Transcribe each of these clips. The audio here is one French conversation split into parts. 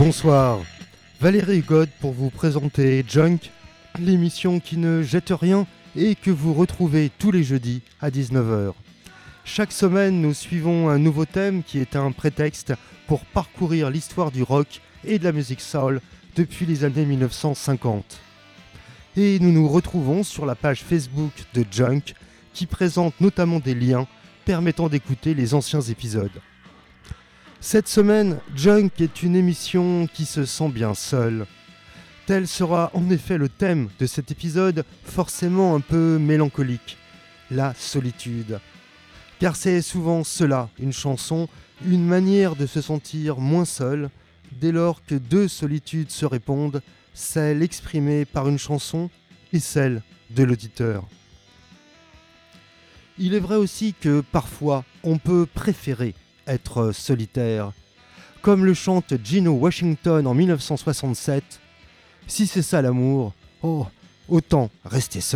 Bonsoir, Valérie God pour vous présenter Junk, l'émission qui ne jette rien et que vous retrouvez tous les jeudis à 19h. Chaque semaine, nous suivons un nouveau thème qui est un prétexte pour parcourir l'histoire du rock et de la musique soul depuis les années 1950. Et nous nous retrouvons sur la page Facebook de Junk qui présente notamment des liens permettant d'écouter les anciens épisodes. Cette semaine, Junk est une émission qui se sent bien seule. Tel sera en effet le thème de cet épisode, forcément un peu mélancolique, la solitude. Car c'est souvent cela, une chanson, une manière de se sentir moins seul, dès lors que deux solitudes se répondent, celle exprimée par une chanson et celle de l'auditeur. Il est vrai aussi que parfois, on peut préférer être solitaire. Comme le chante Gino Washington en 1967, « Si c'est ça l'amour, oh, autant rester seul ».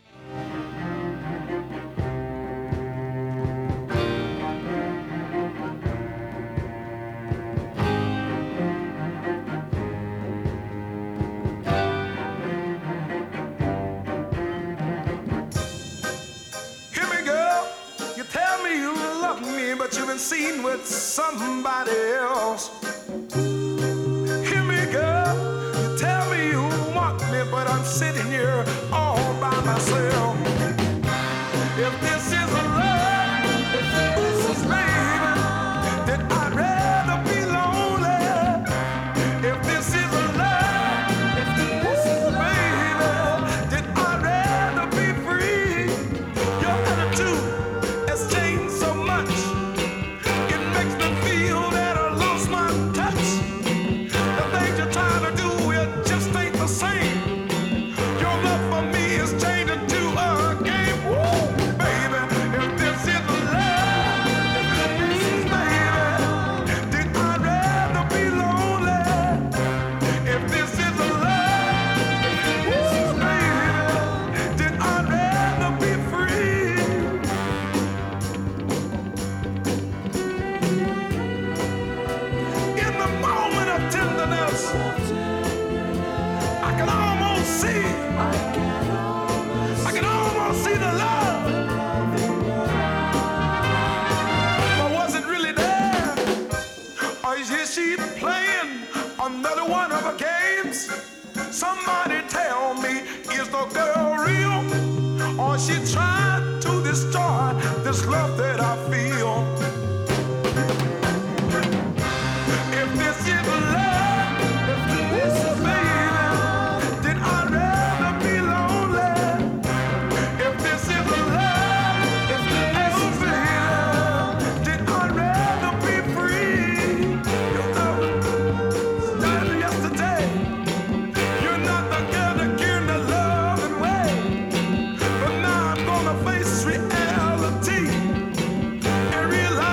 Seen with somebody else. Hear me, girl. You tell me you want me, but I'm sitting here all by myself. If this is a love, if this is baby, then I'd rather be lonely. If this is a love, if this is baby, then I'd rather be free. Your attitude has changed so much. Feel that I lost my touch. The things you're trying to do, it just ain't the same. Your love for me is changing to a game. Woo, baby, if this is love, if this is baby, then I'd rather be lonely. If this is love, if this is baby, then I'd rather be free. Tenderness, I can almost see, I can almost see the love, but was it really there, or is she playing another one of her games? Somebody tell me, is the girl real, or is she trying to destroy this love that I feel? If this is love, if this is baby, then I'd rather be lonely. If this is love, if this is baby, then I'd rather be free. You know, started yesterday, you're not the girl that give the love and way. But now I'm gonna face reality and realize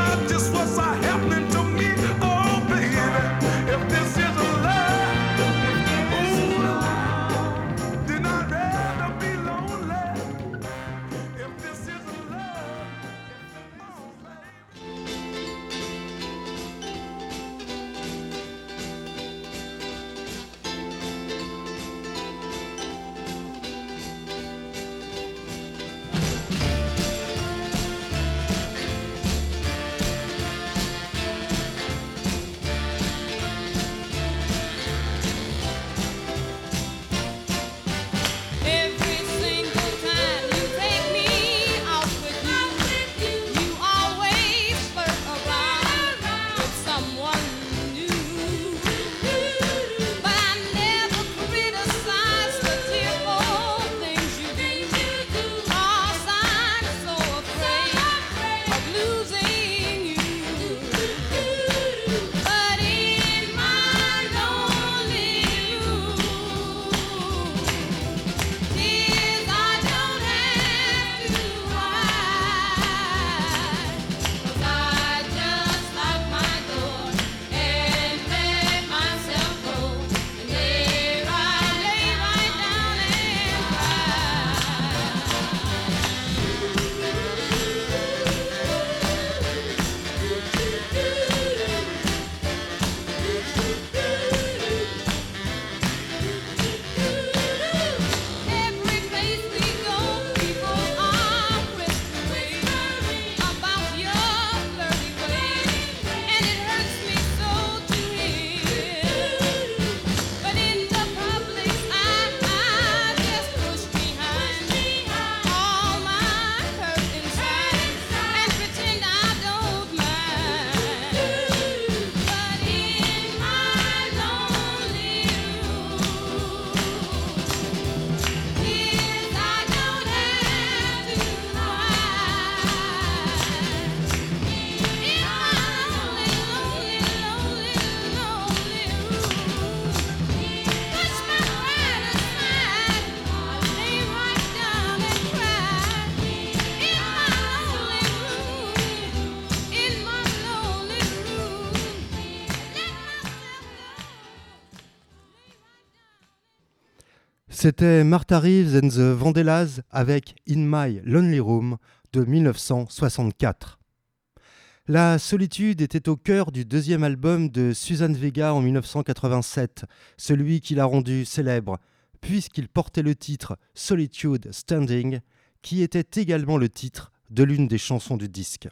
C'était Martha Reeves and the Vandellas avec In My Lonely Room de 1964. La solitude était au cœur du deuxième album de Suzanne Vega en 1987, celui qui l'a rendu célèbre, puisqu'il portait le titre Solitude Standing, qui était également le titre de l'une des chansons du disque.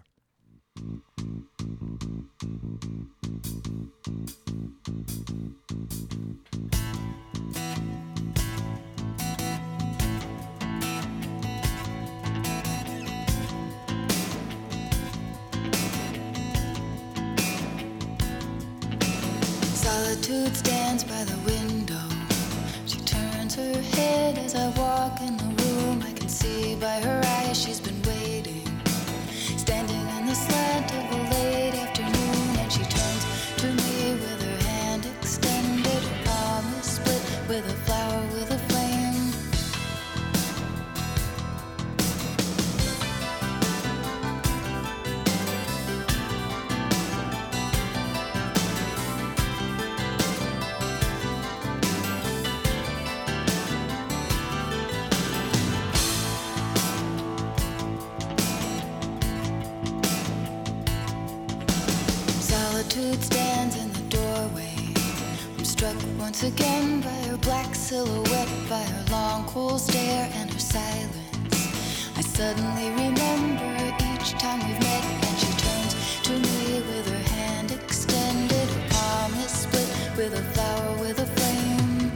Solitude stands by the window. She turns her head as I walk in the room. I can see by her eyes she's been waiting, standing in the slant of a late afternoon. And she turns to me with her hand extended, her palm is split with a flower with a flame. Solitude stands in the doorway. I'm struck once again by her black silhouette, by her long cool stare and her silence. I suddenly remember each time we've met, and she turns to me with her hand extended, her palm is split with a flower with a flame.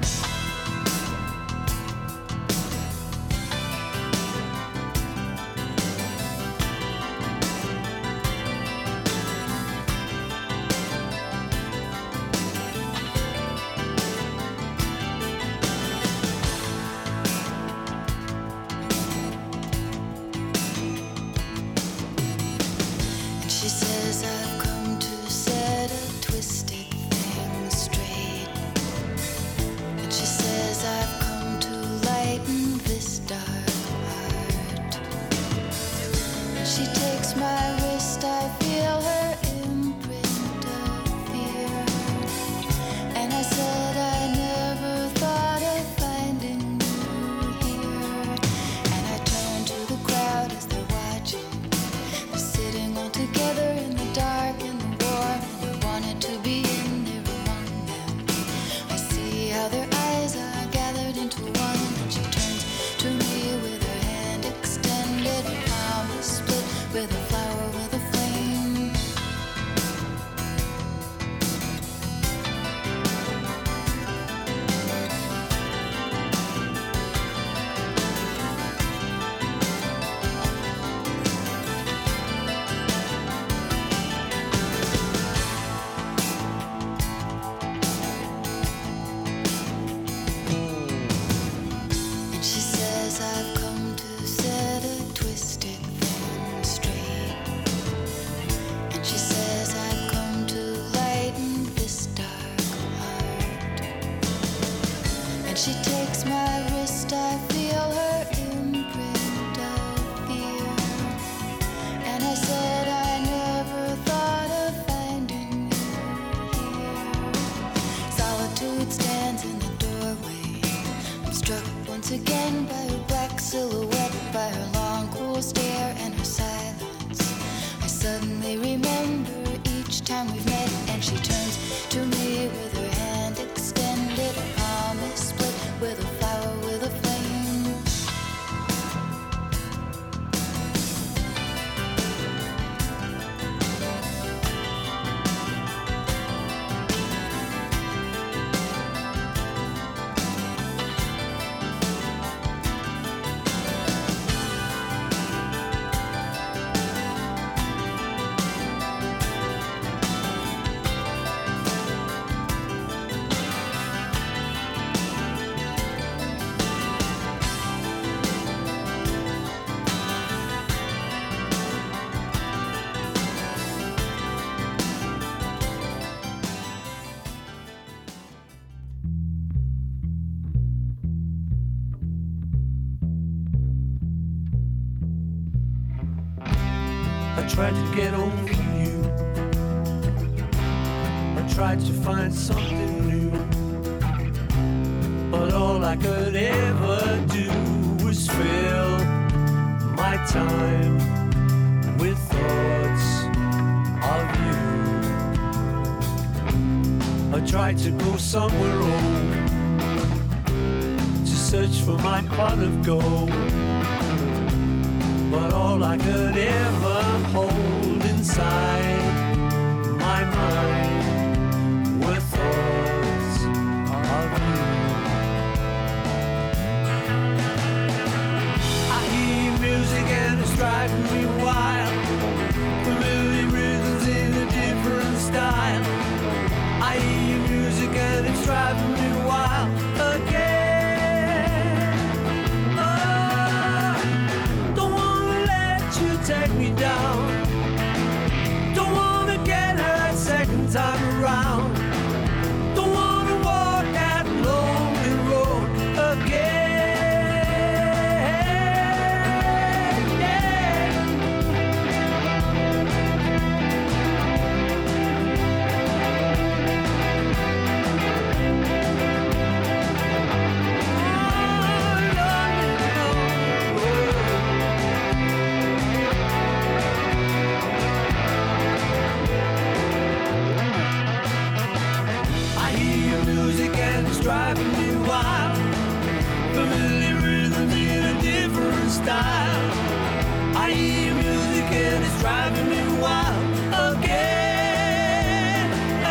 She says I've come to set a twisted thing straight. And she says I've come to lighten this dark heart. And she takes my wrist, I feel her imprint of fear. And I said I never thought of finding you here. And I turn to the crowd as they're watching. They're sitting all together in the dark and the warm, and I wanted to be in there among them. I see how their eyes are gathered into one, and she turns to me with her hand extended, her palm is split with a flower with a flame. And she says I've come to set a twisted thing straight. And she says I've come to lighten this dark heart. And she takes my wrist, I feel her imprint of fear. And I said I never thought of finding you here. Solitude stands in the doorway. I'm struck once again by her black silhouette, by her long cool stare and her silence. I suddenly remember each time we've met, and she turns to me with her hand extended, her palm is split with a flower with a flame. I tried to get over you. I tried to find something new, but all I could ever do was fill my time with thoughts of you. I tried to go somewhere old to search for my pot of gold, but all I could ever hold inside my mind were thoughts of you. I hear music and it's driving me wild, familiar rhythms in a different style. I hear music and it's driving me wild again. Oh, don't wanna let you take me down, don't wanna get hurt second time around, don't wanna walk that lonely road again. Yeah. I hear music and it's driving me wild, familiar rhythm in a different style. I hear music and it's driving me wild again.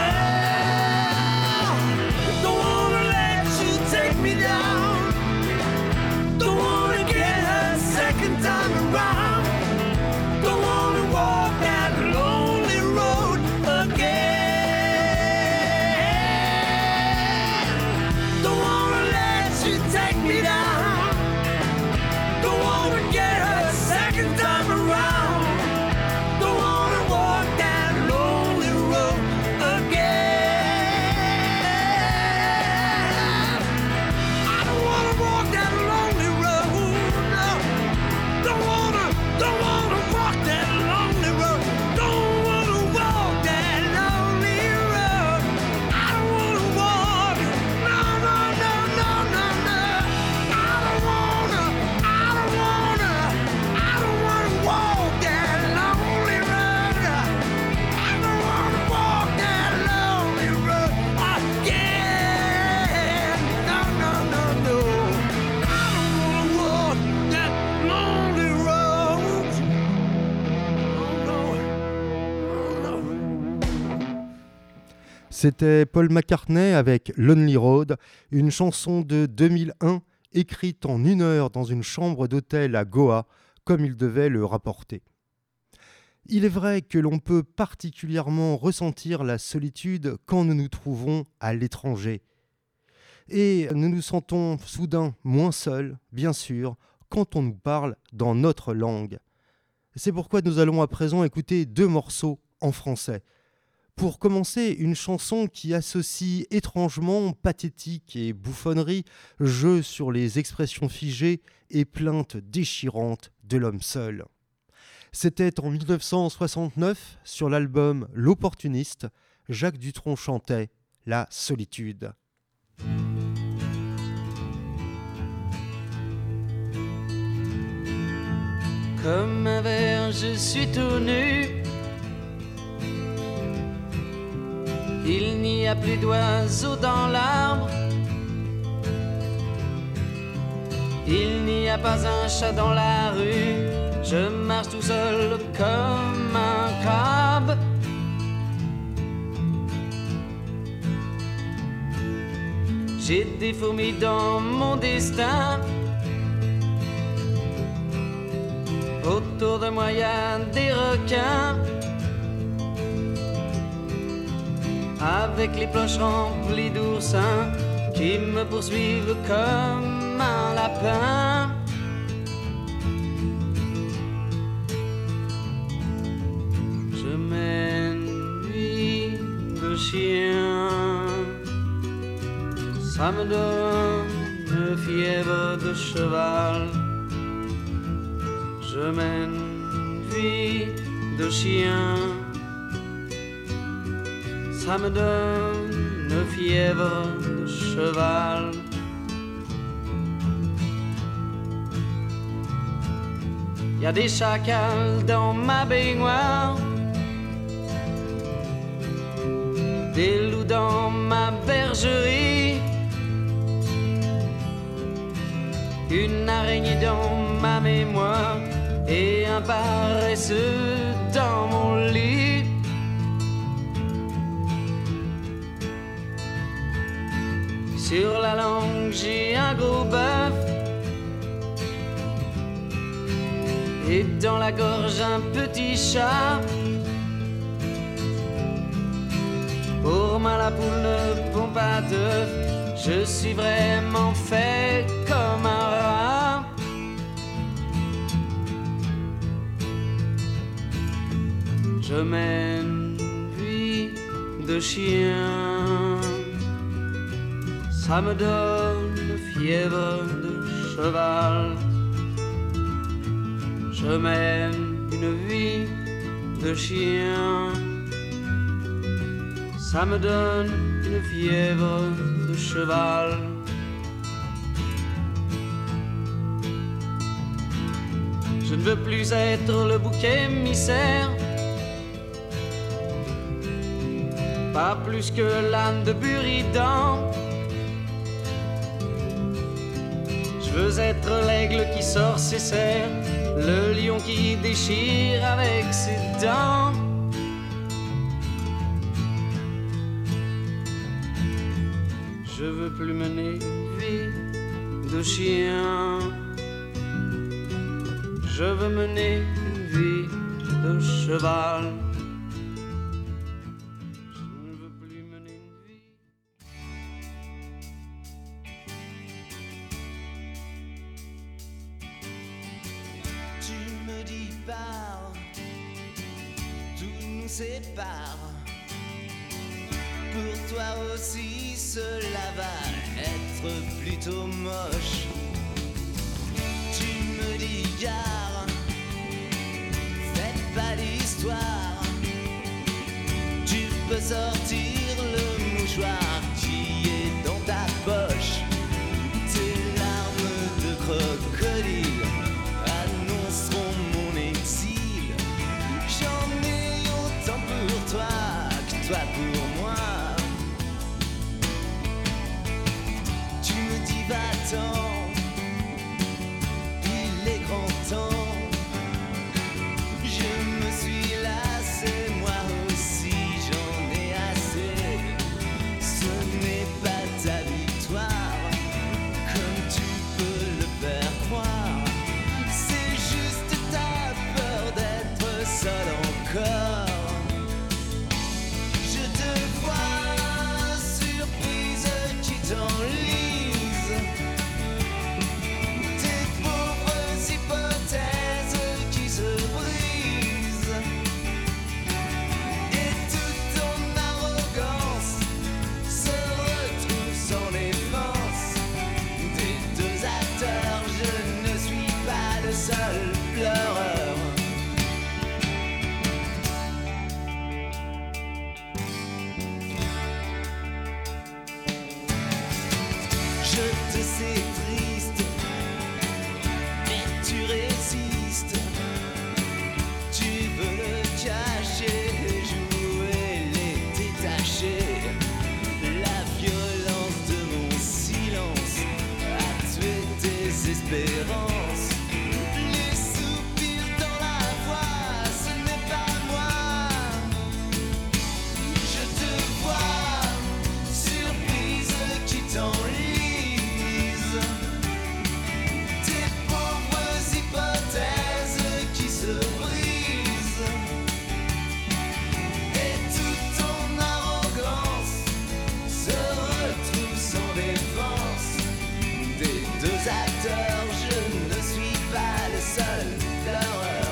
Oh, don't wanna let you take me down, don't wanna get hurt second time around, don't wanna walk that lonely road again. Don't wanna let you take me down, don't wanna get hurt second time around, don't wanna walk that lonely road again. I don't wanna walk that lonely road, no. Don't wanna walk that lonely road, don't wanna walk that lonely road. I don't wanna walk, no, no, no, no, no, no. I don't wanna walk that lonely road. I don't wanna walk that lonely road again. No, no, no, no. I don't wanna walk that lonely road. Oh no, oh no. C'était Paul McCartney avec Lonely Road, une chanson de 2001 écrite en 1 heure dans une chambre d'hôtel à Goa, comme il devait le rapporter. Il est vrai que l'on peut particulièrement ressentir la solitude quand nous nous trouvons à l'étranger. Et nous nous sentons soudain moins seuls, bien sûr, quand on nous parle dans notre langue. C'est pourquoi nous allons à présent écouter 2 morceaux en français. Pour commencer, une chanson qui associe étrangement pathétique et bouffonnerie, jeu sur les expressions figées et plainte déchirante de l'homme seul. C'était en 1969, sur l'album L'Opportuniste, Jacques Dutronc chantait La solitude. Comme un verre, je suis tout nu. Il n'y a plus d'oiseaux dans l'arbre. Il n'y a pas un chat dans la rue. Je marche tout seul comme un crabe. J'ai des fourmis dans mon destin. Autour de moi y a des requins, avec les poches remplies d'oursins qui me poursuivent comme un lapin. Je m'ennuie de chien, ça me donne fièvre de cheval. Je m'ennuie de chien, ça me donne fièvre de cheval. y a des chacals dans ma baignoire, des loups dans ma bergerie, une araignée dans ma mémoire et un paresseux dans mon lit. Sur la langue j'ai un gros bœuf et dans la gorge un petit chat. Pour moi la poule ne pond pas d'œuf, je suis vraiment fait comme un rat. Je mène une vie de chien, ça me donne une fièvre de cheval. Je mène une vie de chien, ça me donne une fièvre de cheval. Je ne veux plus être le bouc émissaire, pas plus que l'âne de Buridan. Je veux être l'aigle qui sort ses serres, le lion qui déchire avec ses dents. Je veux plus mener une vie de chien, je veux mener une vie de cheval. Je ne veux plus mener une vie. Tu me dis pars, tout nous sépare. Pour toi aussi cela va être plutôt moche. Tu me dis gare, faites pas d'histoire. Tu peux sortir le mouchoir qui est dans ta poche. Tes larmes de crocodile annonceront mon exil. J'en ai autant pour toi que toi pour moi. Tu me dis va-t'en, il est grand temps. Je me suis lassé, moi aussi j'en ai assez. Ce n'est pas ta victoire, comme tu peux le faire croire. C'est juste ta peur d'être seul encore. Je te vois, surprise qui t'enlise. Tes pauvres hypothèses qui se brisent. Et toute ton arrogance se retrouve sans défense. Des deux acteurs, je ne suis pas le seul pleureur. Je te sais triste, mais tu résistes. Tu veux le cacher, jouer les détachés. La violence de mon silence a tué tes espérances. Les soupirs dans la voix, ce n'est pas moi. Je te vois, surprise qui t'enlise. Tes pauvres hypothèses qui se brisent. Et toute ton arrogance se retrouve sans défense. Des deux acteurs, je ne suis pas le seul pleureur.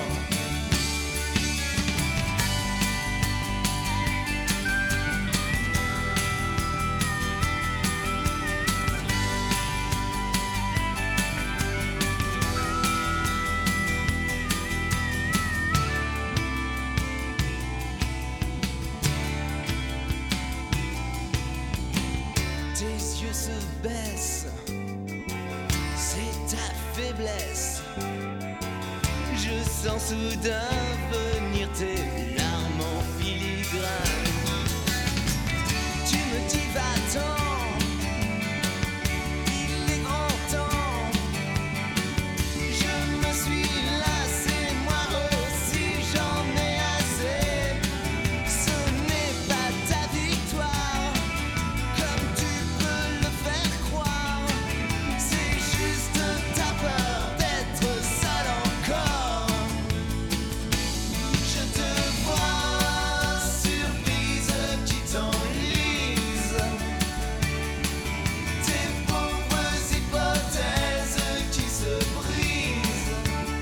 Tes yeux se baissent, c'est ta faiblesse. Je sans soudain venir tes larmes en filigrane. Tu me dis va-t'en, il est grand temps. Je me suis lassé, moi aussi j'en ai assez. Ce n'est pas ta victoire, comme tu peux le faire croire. C'est juste ta peur d'être seul encore. Je te vois, surprise qui t'enlise. Tes pauvres hypothèses qui se brisent.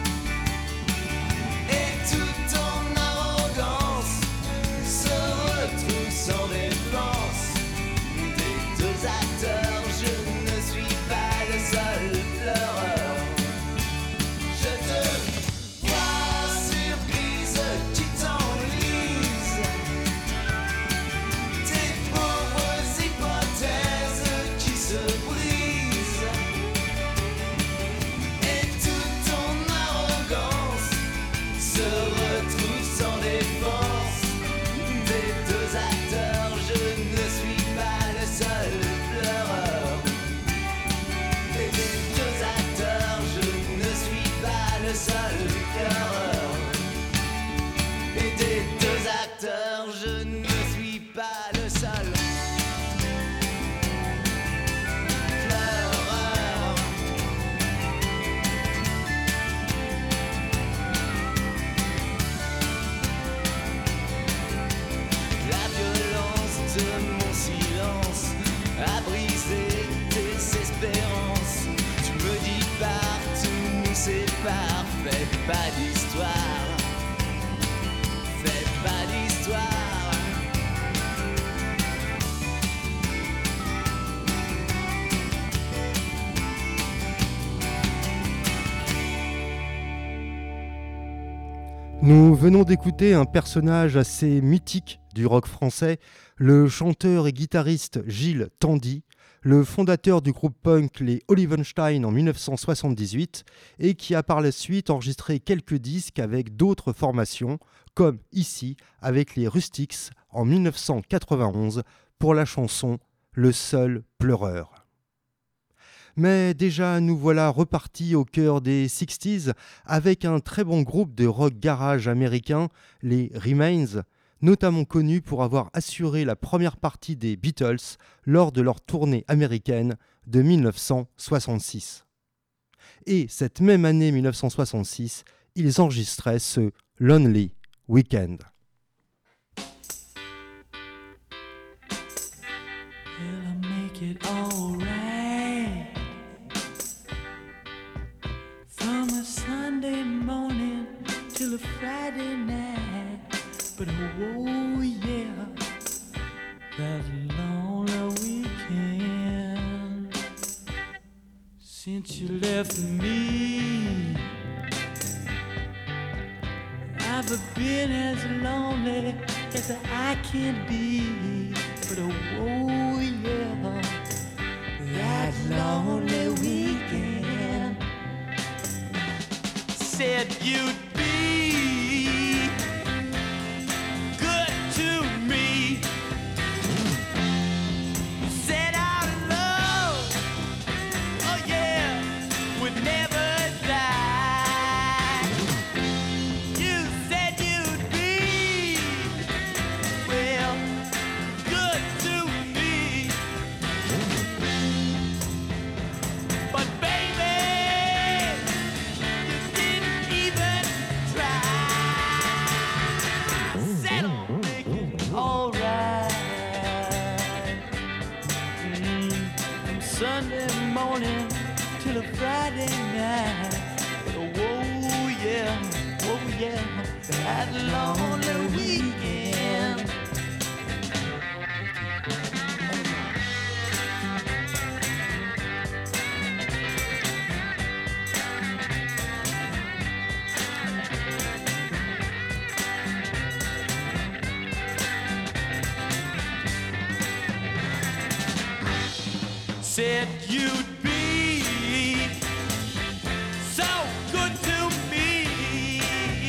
Et toute ton arrogance se retrouve sans défense. Des deux acteurs, je ne suis pas le seul pleureur. Je te vois, surprise qui t'enlise. Tes pauvres hypothèses qui se brisent. Et toute ton arrogance se retrouve sans défense. Des deux acteurs, je ne suis pas le seul pleureur. Et des deux acteurs, je ne suis pas le seul pleureur. Et des deux acteurs, je ne suis pas le seul pleureur. La violence de mon silence a brisé tes espérances. Tu me dis partout, c'est parfait, pas d'histoire. Fais pas d'histoire. Nous venons d'écouter un personnage assez mythique du rock français, le chanteur et guitariste Gilles Tandy, le fondateur du groupe punk les Olivenstein en 1978 et qui a par la suite enregistré quelques disques avec d'autres formations, comme ici avec les Rustics en 1991 pour la chanson Le seul pleureur. Mais déjà, nous voilà repartis au cœur des 60s avec un très bon groupe de rock garage américain, les Remains, notamment connus pour avoir assuré la première partie des Beatles lors de leur tournée américaine de 1966. Et cette même année 1966, ils enregistraient ce Lonely Weekend. Will I make it alright? From a Sunday morning till a Friday night. But oh yeah, that lonely weekend. Since you left me, I've been as lonely as I can be. But oh yeah, that lonely weekend. Said you'd be good to me. Said our love, oh yeah, would never die. You said you'd be, well, good to me. But baby, you didn't even try. Said I'll make it alright. From Sunday morning till a Friday night. Oh yeah, that lonely weekend. Said you'd be so good to me.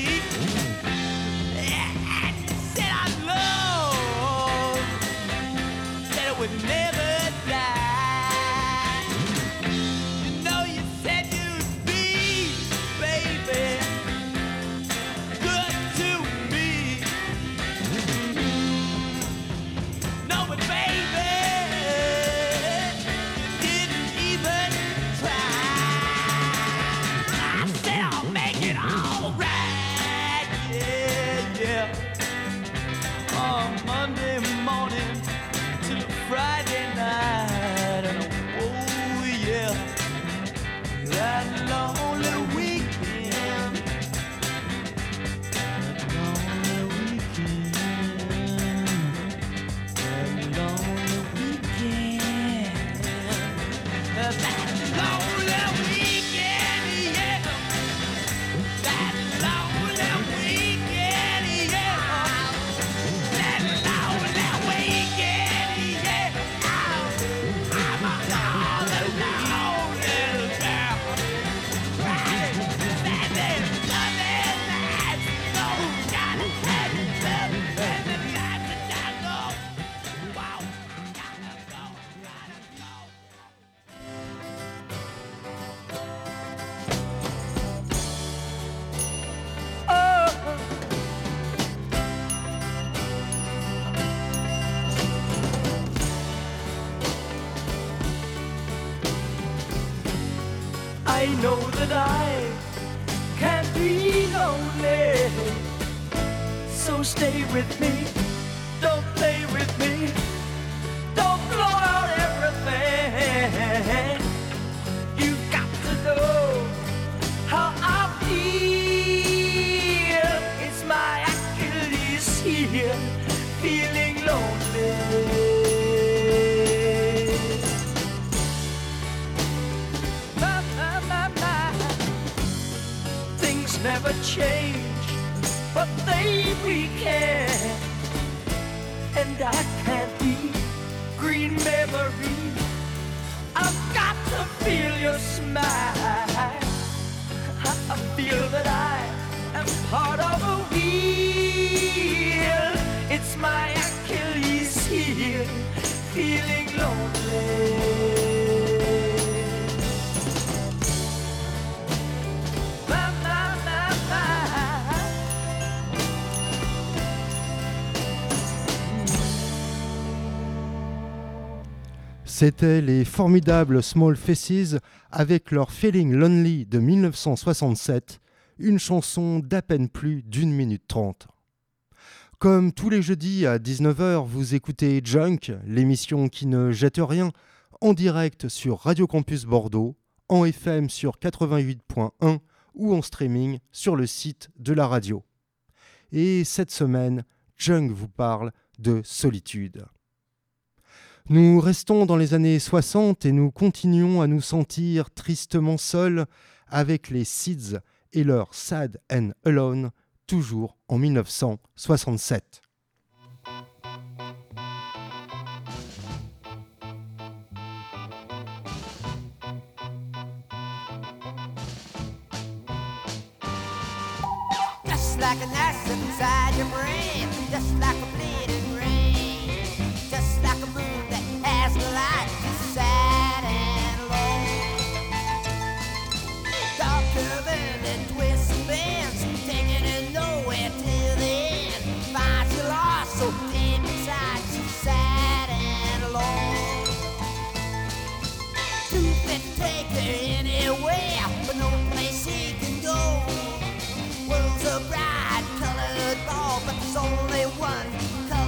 I know that I can't be lonely, so stay with me, don't play with me, don't blow out everything. You've got to know how I feel. It's my Achilles heel, feeling lonely. Never change, but they weaken, and I can't be green memory. I've got to feel your smile. I feel that I am part of a wheel. It's my Achilles heel, feeling lonely. C'étaient les formidables Small Faces avec leur Feeling Lonely de 1967, une chanson d'à peine plus d'1 minute 30. Comme tous les jeudis à 19h, vous écoutez Junk, l'émission qui ne jette rien, en direct sur Radio Campus Bordeaux, en FM sur 88.1 ou en streaming sur le site de la radio. Et cette semaine, Junk vous parle de solitude. Nous restons dans les années 60 et nous continuons à nous sentir tristement seuls avec les Seeds et leur Sad and Alone, toujours en 1967. Just like an acid inside your brain, just like a bleeding rain, just like a moon that has the light, sad and alone. Darker than the twists and bends, taking it nowhere till the end. Finds you lost so deep inside, so sad and alone. Too fit to take her anywhere, but no place he can go. World's a bright colored ball, but there's only one color.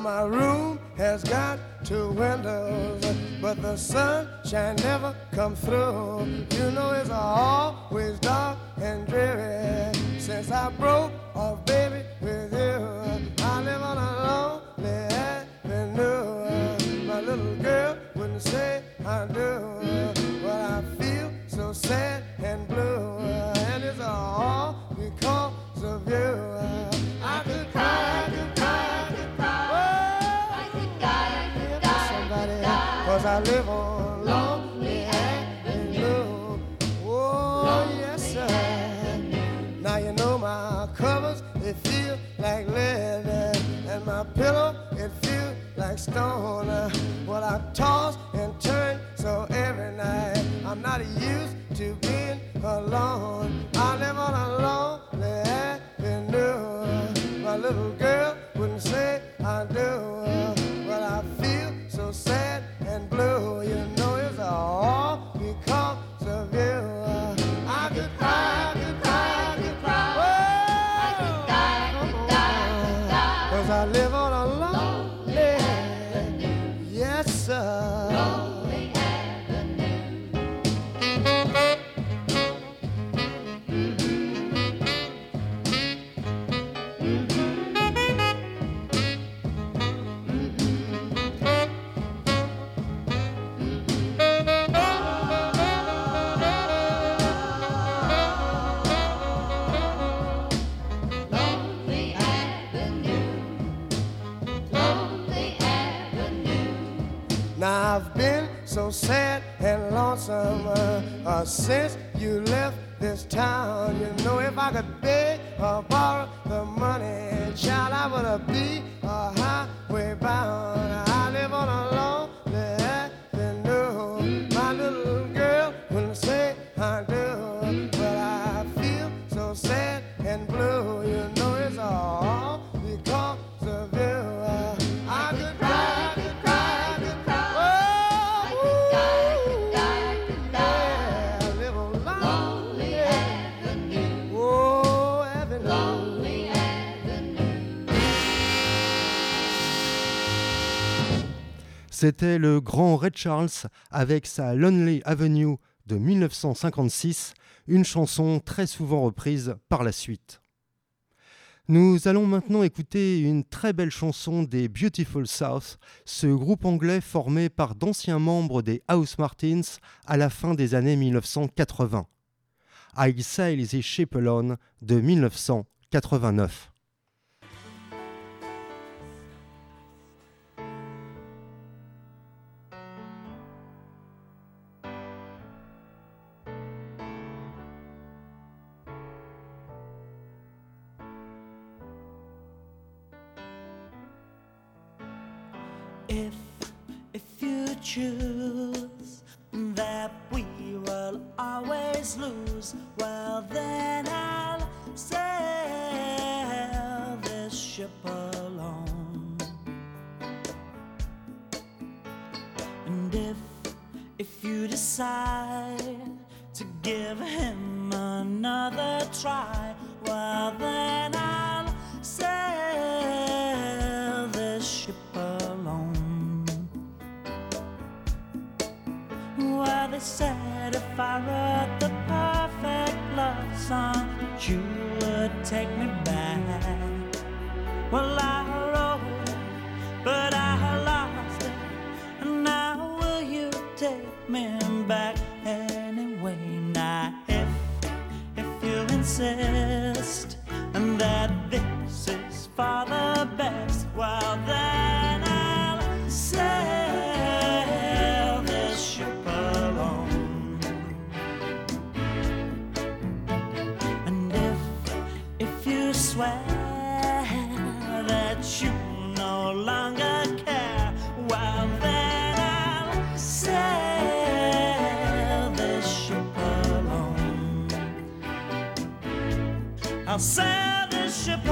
my room has got 2 windows, but the sunshine never come through. You know it's always dark and dreary since I broke off, baby, with you. I live on a lonely avenue. My little girl wouldn't say I do, but I feel so sad and blue, and it's all because of you. I could cry, I could cry, I could cry. Oh, I could die, somebody, 'cause I live on Lonely Avenue. Oh, yes, sir. Now you know my covers, they feel like lead, and my pillow, it feels like stone. Well, I toss and turn so every night. I'm not used to being alone. I live on a lonely avenue. My little girl wouldn't say I do, but I feel so sad and blue. You know it's all because of you. I could cry, I could cry, I could cry. Oh, I could die, I could die, I could die. 'Cause I live on a lonely avenue. Yes, sir. Lonely avenue. Lonely Avenue, Lonely Avenue. Now I've been so sad and lonesome since you left this town. You know if I could beg or borrow the money, child, I would be a highway bound. I live on a lonely avenue. My little girl wouldn't say I do, but I feel so sad and blue. You know it's all because of you. I could cry, I could cry, I could cry. C'était le grand Ray Charles avec sa Lonely Avenue de 1956, une chanson très souvent reprise par la suite. Nous allons maintenant écouter une très belle chanson des Beautiful South, ce groupe anglais formé par d'anciens membres des House Martins à la fin des années 1980. I Sail the Ship Alone de 1989. If you choose that we will always lose, well then I'll sail this ship alone. And if you decide to give him another try, well then I'll sail this ship alone. Well, they said if I wrote the perfect love song, you would take me back. Well, I wrote it, but I lost it, and now will you take me back anyway? Now, if you insist that this is for the best, well then I'll sail this ship alone. And if you swear that you no longer care, well then I'll sail this ship alone. I'll sail this ship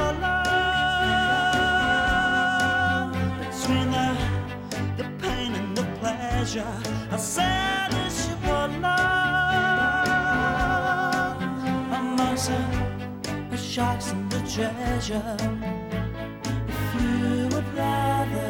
alone, between the pain and the pleasure. I'll sail this ship alone, amongst the sharks and the treasure. If you would rather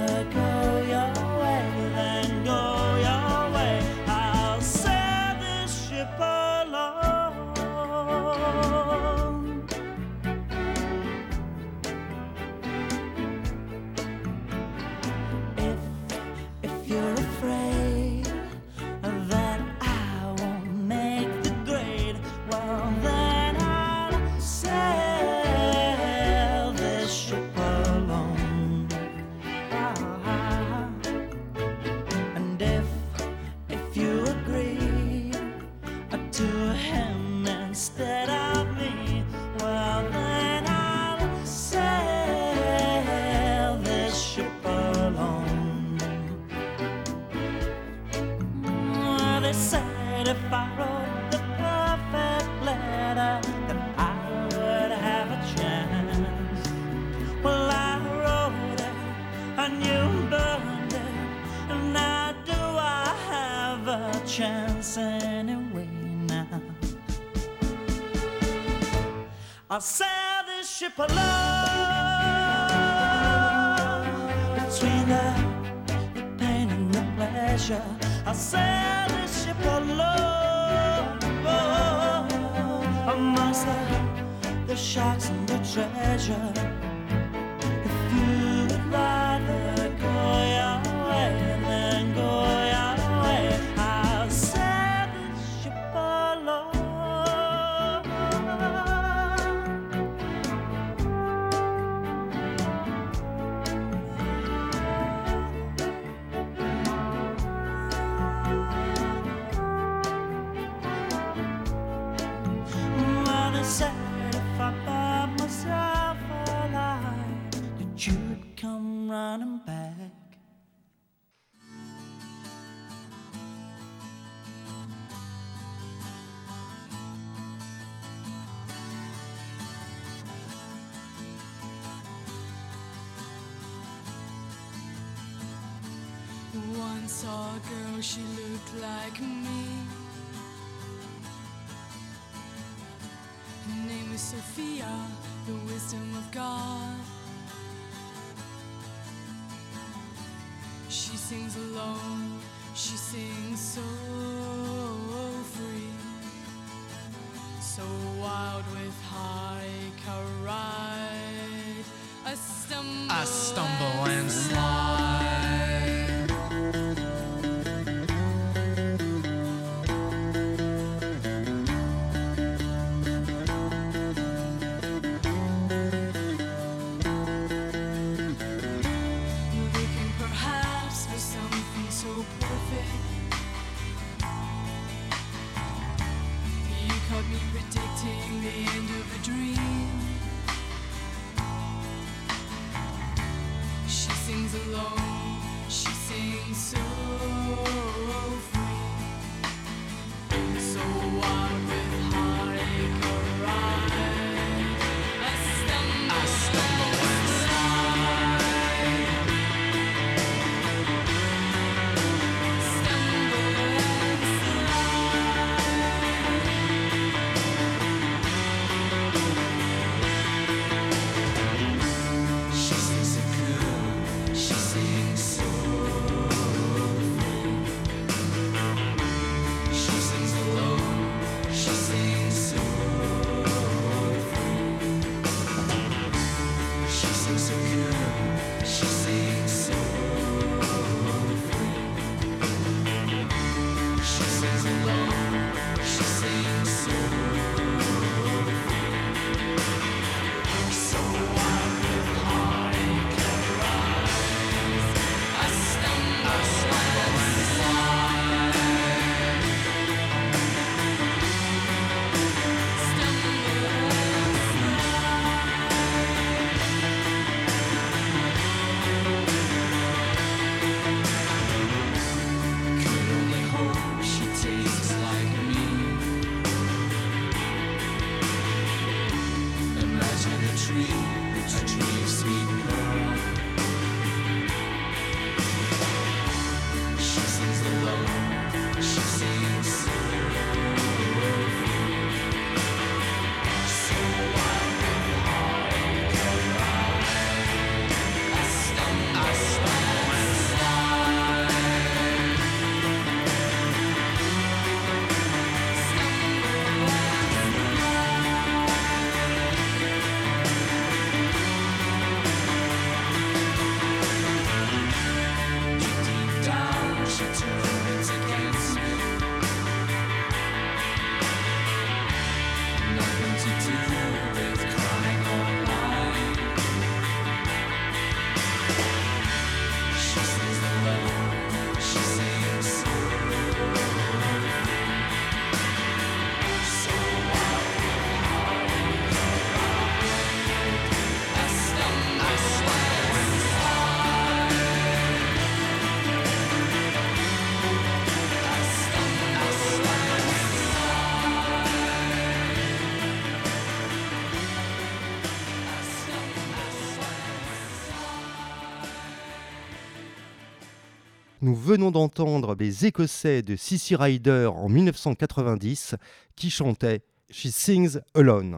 said if I wrote the perfect letter, then I would have a chance. Well, I wrote it and you burned it, and now do I have a chance anyway now? I'll sail this ship alone between the pain and the pleasure. I'll sail this ship alone amongst the sharks and the treasure. If you would rather go your way, then go your way. I'll sail this ship alone. Well, they said if I burned myself alive, that you'd come running back. Once saw a girl, she looked like me. Her name was Sophia, the wisdom of God. She sings alone, she sings so free, so wild with heartache, a ride, a stumble and slide. Looking perhaps for something so perfect, you caught me predicting the end of a dream. She sings alone, she sings so free, so wild with heartache, a ride, a stumble and slide, stumble and slide. She sings so good, she sings so Nous venons d'entendre les Écossais de Sissy Rider en 1990 qui chantaient She Sings Alone.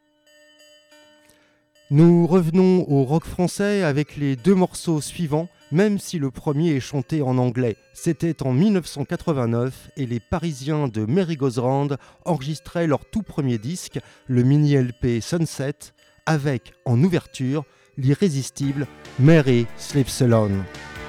Nous revenons au rock français avec les deux morceaux suivants, même si le premier est chanté en anglais. C'était en 1989 et les Parisiens de Merry Goes Round enregistraient leur tout premier disque, le mini-LP Sunset, avec en ouverture l'irrésistible Mary Sleeps Alone.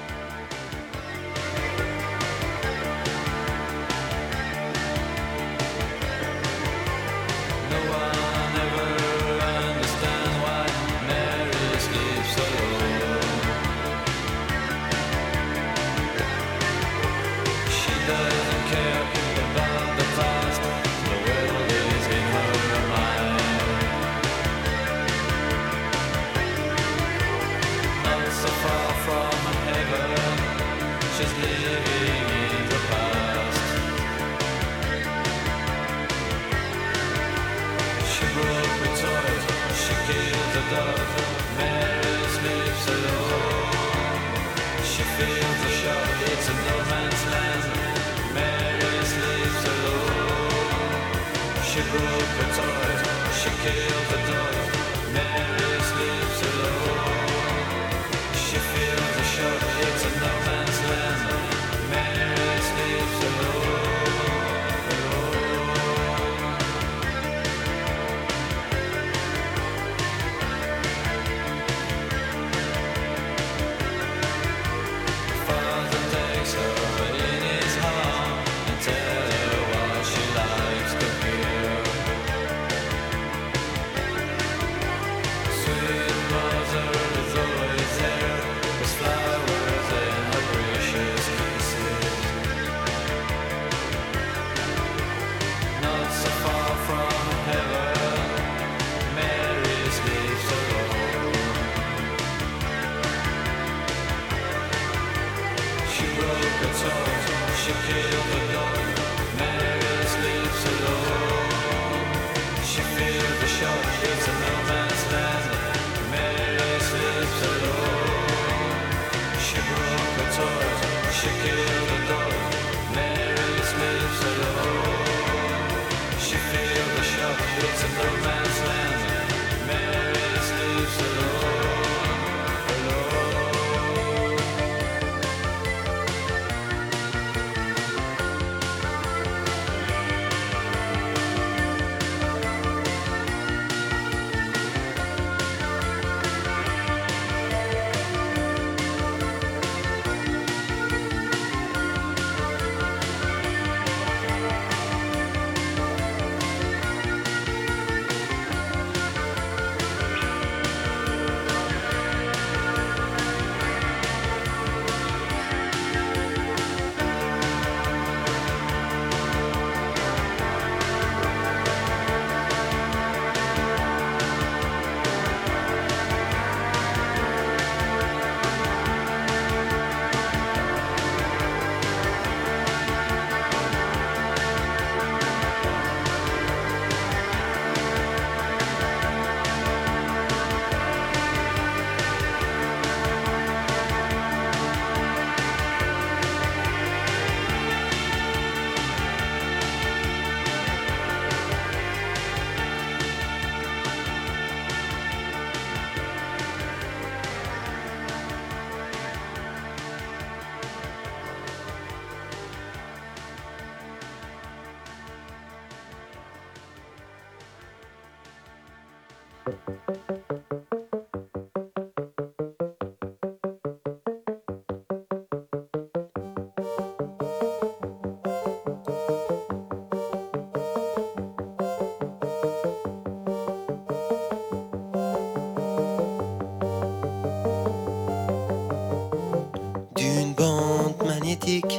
D'une bande magnétique,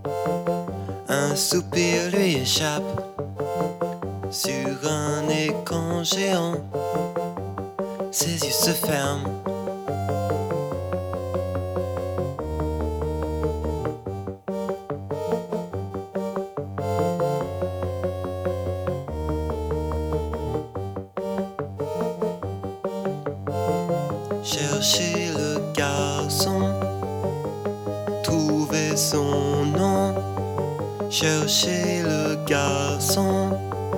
un soupir lui échappe sur un écran géant. Ses yeux se ferment. Chercher le garçon, trouver son nom, chercher le garçon.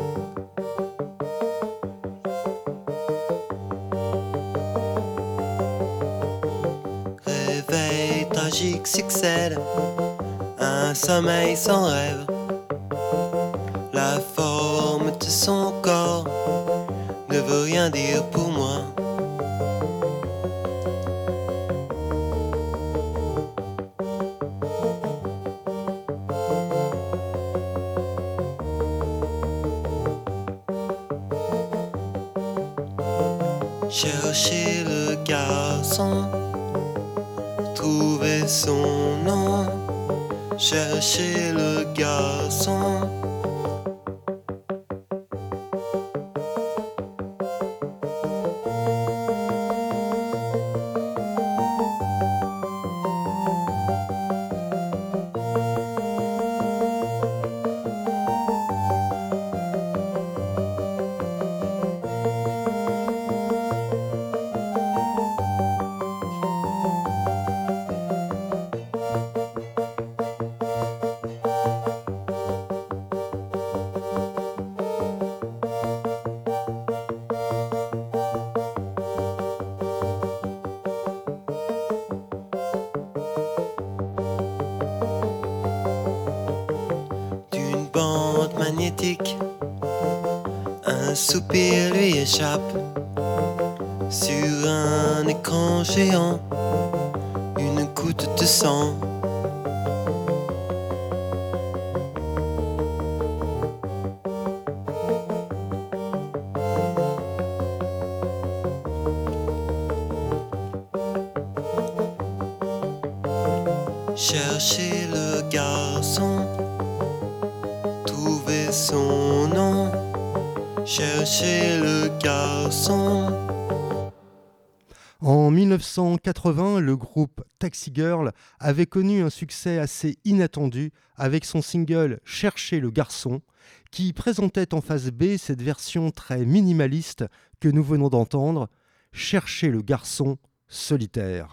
Réveil tragique succède, un sommeil sans rêve. La forme de son corps ne veut rien dire pour moi. Chercher le garçon, trouver son nom, chercher le garçon. Magnétique, un soupir lui échappe sur un écran géant, une goutte de sang. Chercher le garçon, trouver son nom, chercher le garçon. En 1980, le groupe Taxi Girl avait connu un succès assez inattendu avec son single « Chercher le garçon » qui présentait en face B cette version très minimaliste que nous venons d'entendre, « Chercher le garçon solitaire ».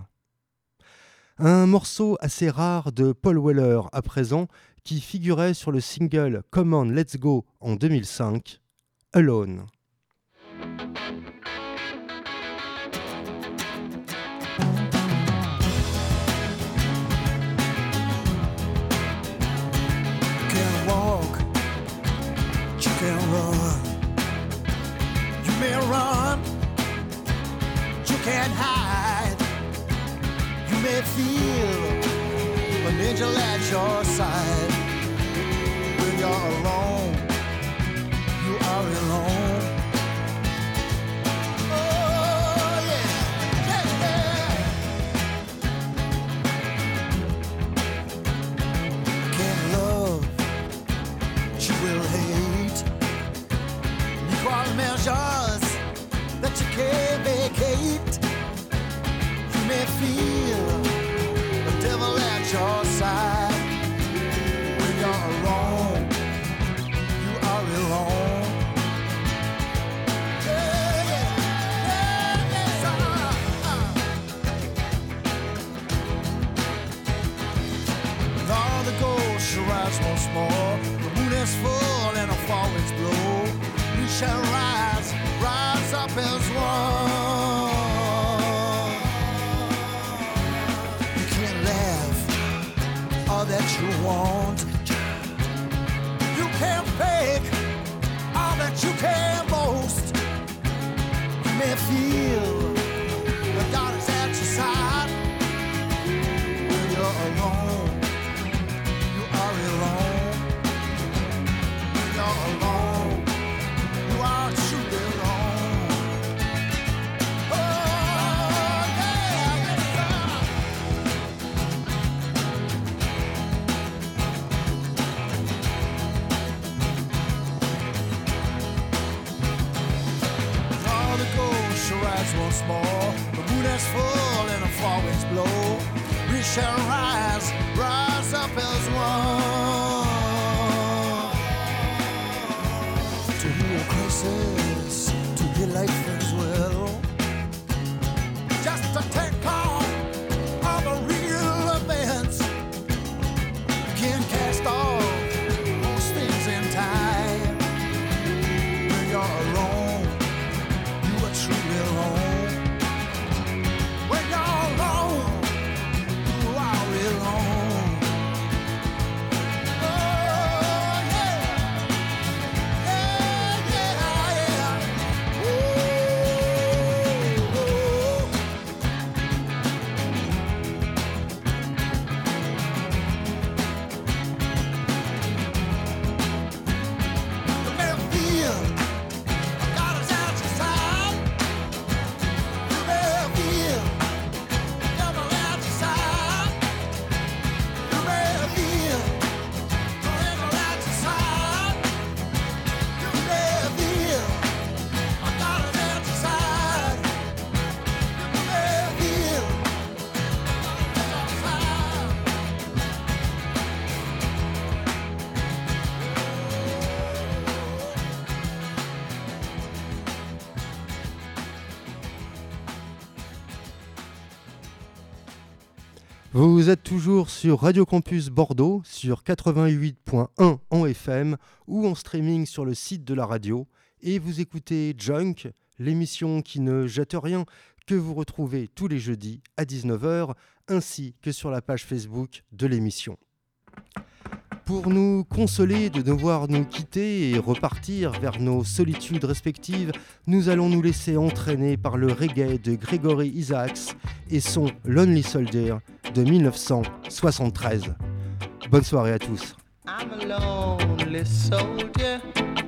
Un morceau assez rare de Paul Weller à présent qui figurait sur le single « Come On Let's Go » en 2005, « Alone ». Can't hide. You may feel an angel at your side. When you're alone, you are alone. Oh yeah, yeah, yeah. Can't love, you will hate. Equal measures that you can't vacate. You may feel the devil at your side. When you're alone, you are alone. Yeah, yeah, yeah, With all the ghosts shall rise once more. The moon is full and a fall winds blow. We shall rise, rise up as one. You can't laugh all that you want. You can't fake all that you can boast. You may feel the God is at your side. When you're alone, you are alone. When you're alone, you are truly alone. Oh, yeah, yeah. All the ghosts shall rise once more. The moon is full and the fall winds blow. We shall rise, rise up as one. To heal crisis, to heal life as well. Just to take on all the real events. Vous êtes toujours sur Radio Campus Bordeaux, sur 88.1 en FM ou en streaming sur le site de la radio. Et vous écoutez Junk, l'émission qui ne jette rien, que vous retrouvez tous les jeudis à 19h, ainsi que sur la page Facebook de l'émission. Pour nous consoler de devoir nous quitter et repartir vers nos solitudes respectives, nous allons nous laisser entraîner par le reggae de Gregory Isaacs et son Lonely Soldier de 1973. Bonne soirée à tous. I'm a lonely soldier,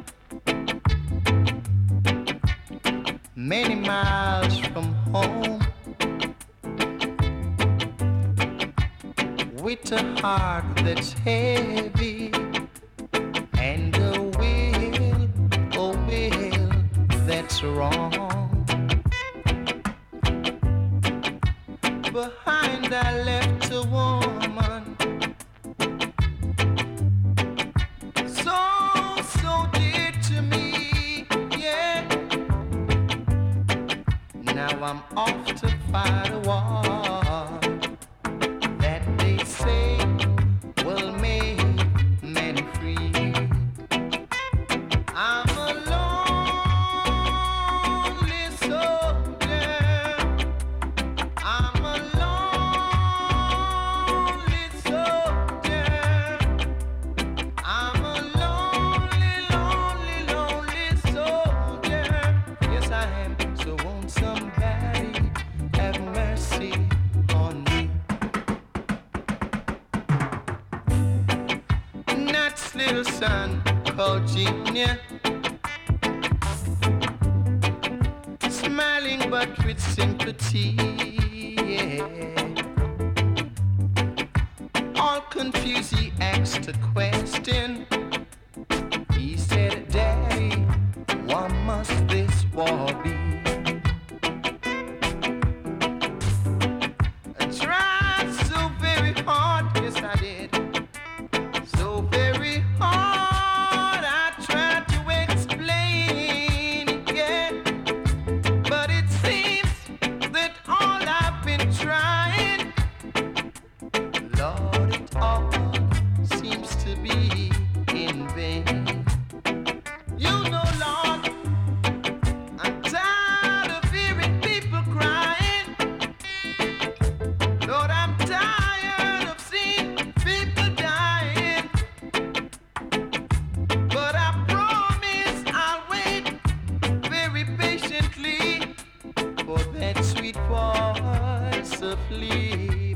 many miles from home, with a heart that's heavy and a will that's wrong. Behind I left a woman so dear to me, yeah. Now I'm off to fight a war that they say will make men free. I'm a lonely soldier. I'm a lonely soldier. I'm a lonely soldier. Yes, I am. So won't somebody have mercy on me? Nat's little son called Junior, smiling but with sympathy, yeah. All confused, he asked a question. He said, Daddy, why must this war be? I tried so very hard, yes I did, so very hard. I tried to explain it, yeah, but it seems that all I've been trying, Lord, it all seems to be in vain. You know, Lord, I'm tired of hearing people crying. Lord, I'm tired of seeing people dying. But I promise I'll wait very patiently for that sweet voice of Lee.